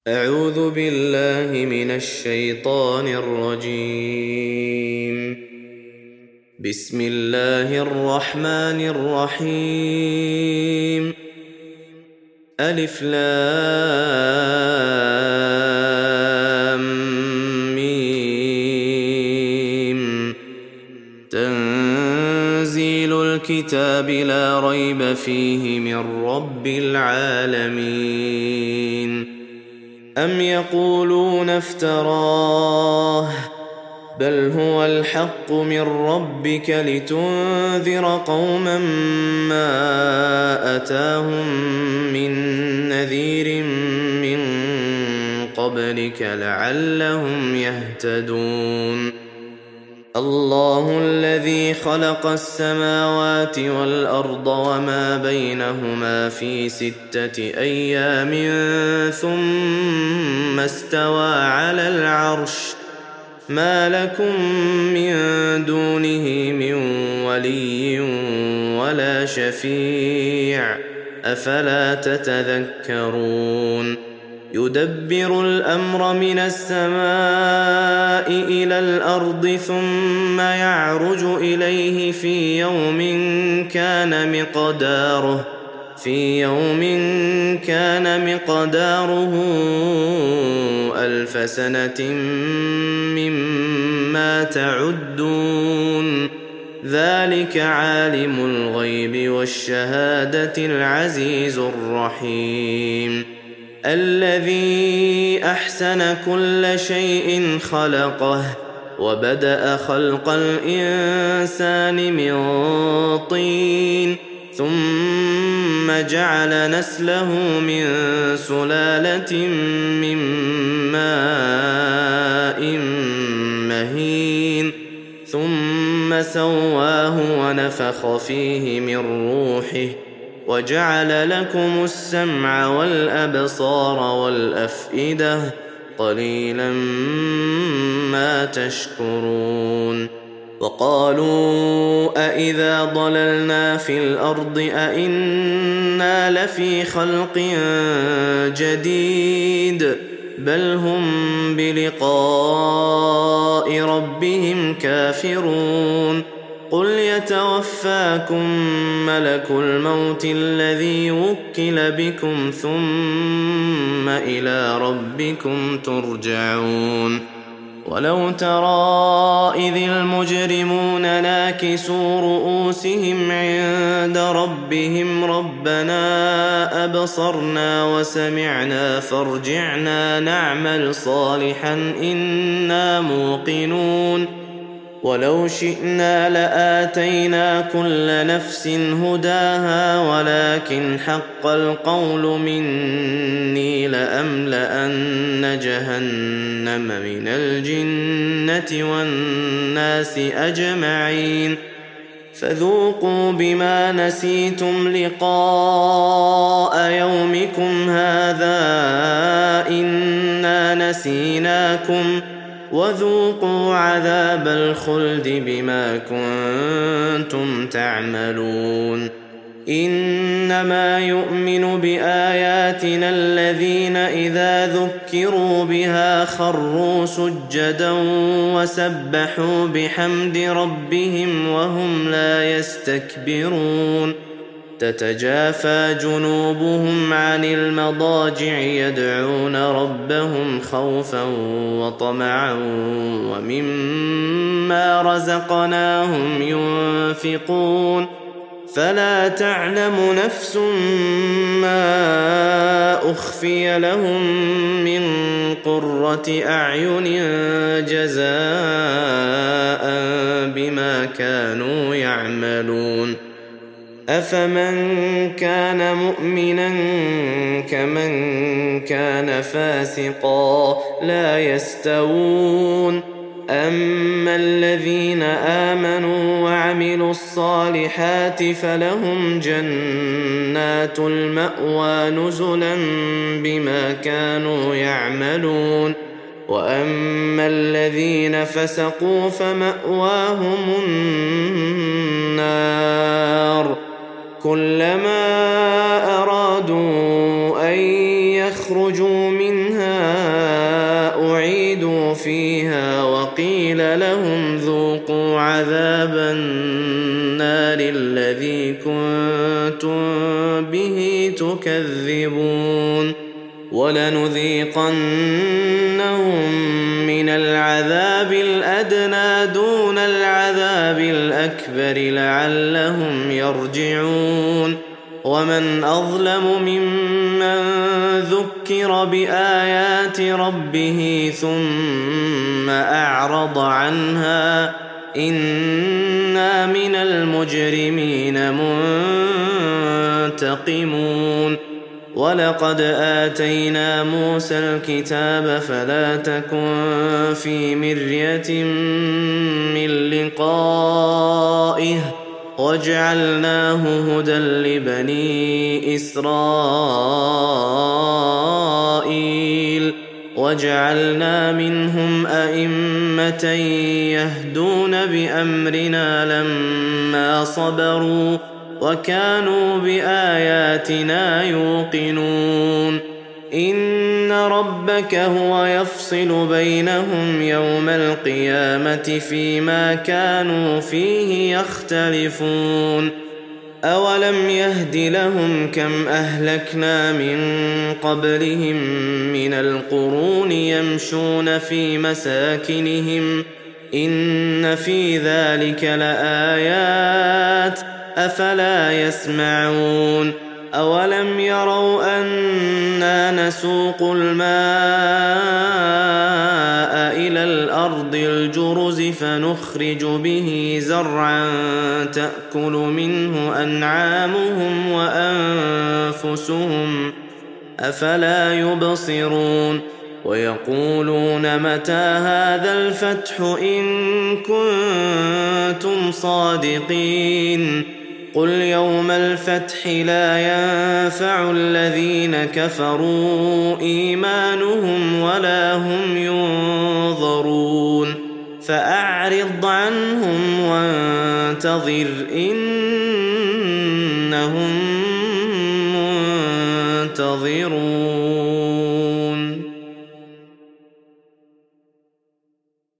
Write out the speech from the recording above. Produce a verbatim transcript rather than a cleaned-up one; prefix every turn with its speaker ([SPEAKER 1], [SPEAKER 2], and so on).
[SPEAKER 1] أعوذ بالله من الشيطان الرجيم. بسم الله الرحمن الرحيم. ألف لام ميم. تنزيل الكتاب لا ريب فيه من رب العالمين. أم يقولون افتراه بل هو الحق من ربك لتنذر قوما ما أتاهم من نذير من قبلك لعلهم يهتدون. الله الذي خلق السماوات والأرض وما بينهما في ستة أيام ثم استوى على العرش ما لكم من دونه من ولي ولا شفيع أفلا تتذكرون. يدبر الأمر من السماء إلى الأرض ثم يعرج إليه في يوم كان مقداره في يوم كان مقداره ألف سنة مما تعدون. ذلك عالم الغيب والشهادة العزيز الرحيم. الذي أحسن كل شيء خلقه وبدأ خلق الإنسان من طين ثم جعل نسله من سلالة من ماء مهين ثم سواه ونفخ فيه من روحه وجعل لكم السمع والأبصار والأفئدة قليلا ما تشكرون. وقالوا أإذا ضللنا في الأرض أإنا لفي خلق جديد بل هم بلقاء ربهم كافرون. قل يتوفاكم ملك الموت الذي وكل بكم ثم إلى ربكم ترجعون. ولو ترى إذ المجرمون ناكسوا رؤوسهم عند ربهم ربنا أبصرنا وسمعنا فارجعنا نعمل صالحا إنا موقنون. ولو شئنا لآتينا كل نفس هداها ولكن حق القول مني لأملأن جهنم من الجنة والناس أجمعين. فذوقوا بما نسيتم لقاء يومكم هذا إنا نسيناكم وذوقوا عذاب الخلد بما كنتم تعملون. إنما يؤمن بآياتنا الذين إذا ذكروا بها خروا سجدا وسبحوا بحمد ربهم وهم لا يستكبرون. تتجافى جنوبهم عن المضاجع يدعون ربهم خوفا وطمعا ومما رزقناهم ينفقون. فلا تعلم نفس ما أخفي لهم من قرة أعين جزاء بما كانوا يعملون. أفمن كان مؤمنا كمن كان فاسقا لا يستوون. أما الذين آمنوا وعملوا الصالحات فلهم جنات المأوى نزلا بما كانوا يعملون. وأما الذين فسقوا فمأواهم النار كلما أرادوا أن يخرجوا منها قيل لهم ذوقوا عذاب النار الذي كنتم به تكذبون ولنذيقنهم من العذاب الأدنى دون العذاب الأكبر لعلهم يرجعون ومن أظلم ممن ذكر بآيات ربه ثم أعرض عنها إنا من المجرمين منتقمون ولقد آتينا موسى الكتاب فلا تكن في مرية من لقائه وجعلناه هدى لبني إسرائيل وجعلنا منهم أئمة يهدون بأمرنا لما صبروا وكانوا بآياتنا يوقنون إن ربك هو يفصل بينهم يوم القيامة فيما كانوا فيه يختلفون أولم يهد لهم كم أهلكنا من قبلهم من القرون يمشون في مساكنهم إن في ذلك لآيات أفلا يسمعون أولم يروا أنا نسوق الماء إلى الأرض الجرز فنخرج به زرعا تأكل منه أنعامهم وأنفسهم أفلا يبصرون ويقولون متى هذا الفتح إن كنتم صادقين قل يوم الفتح لا ينفع الذين كفروا إيمانهم ولا هم ينظرون فأعرض عنهم وانتظر إن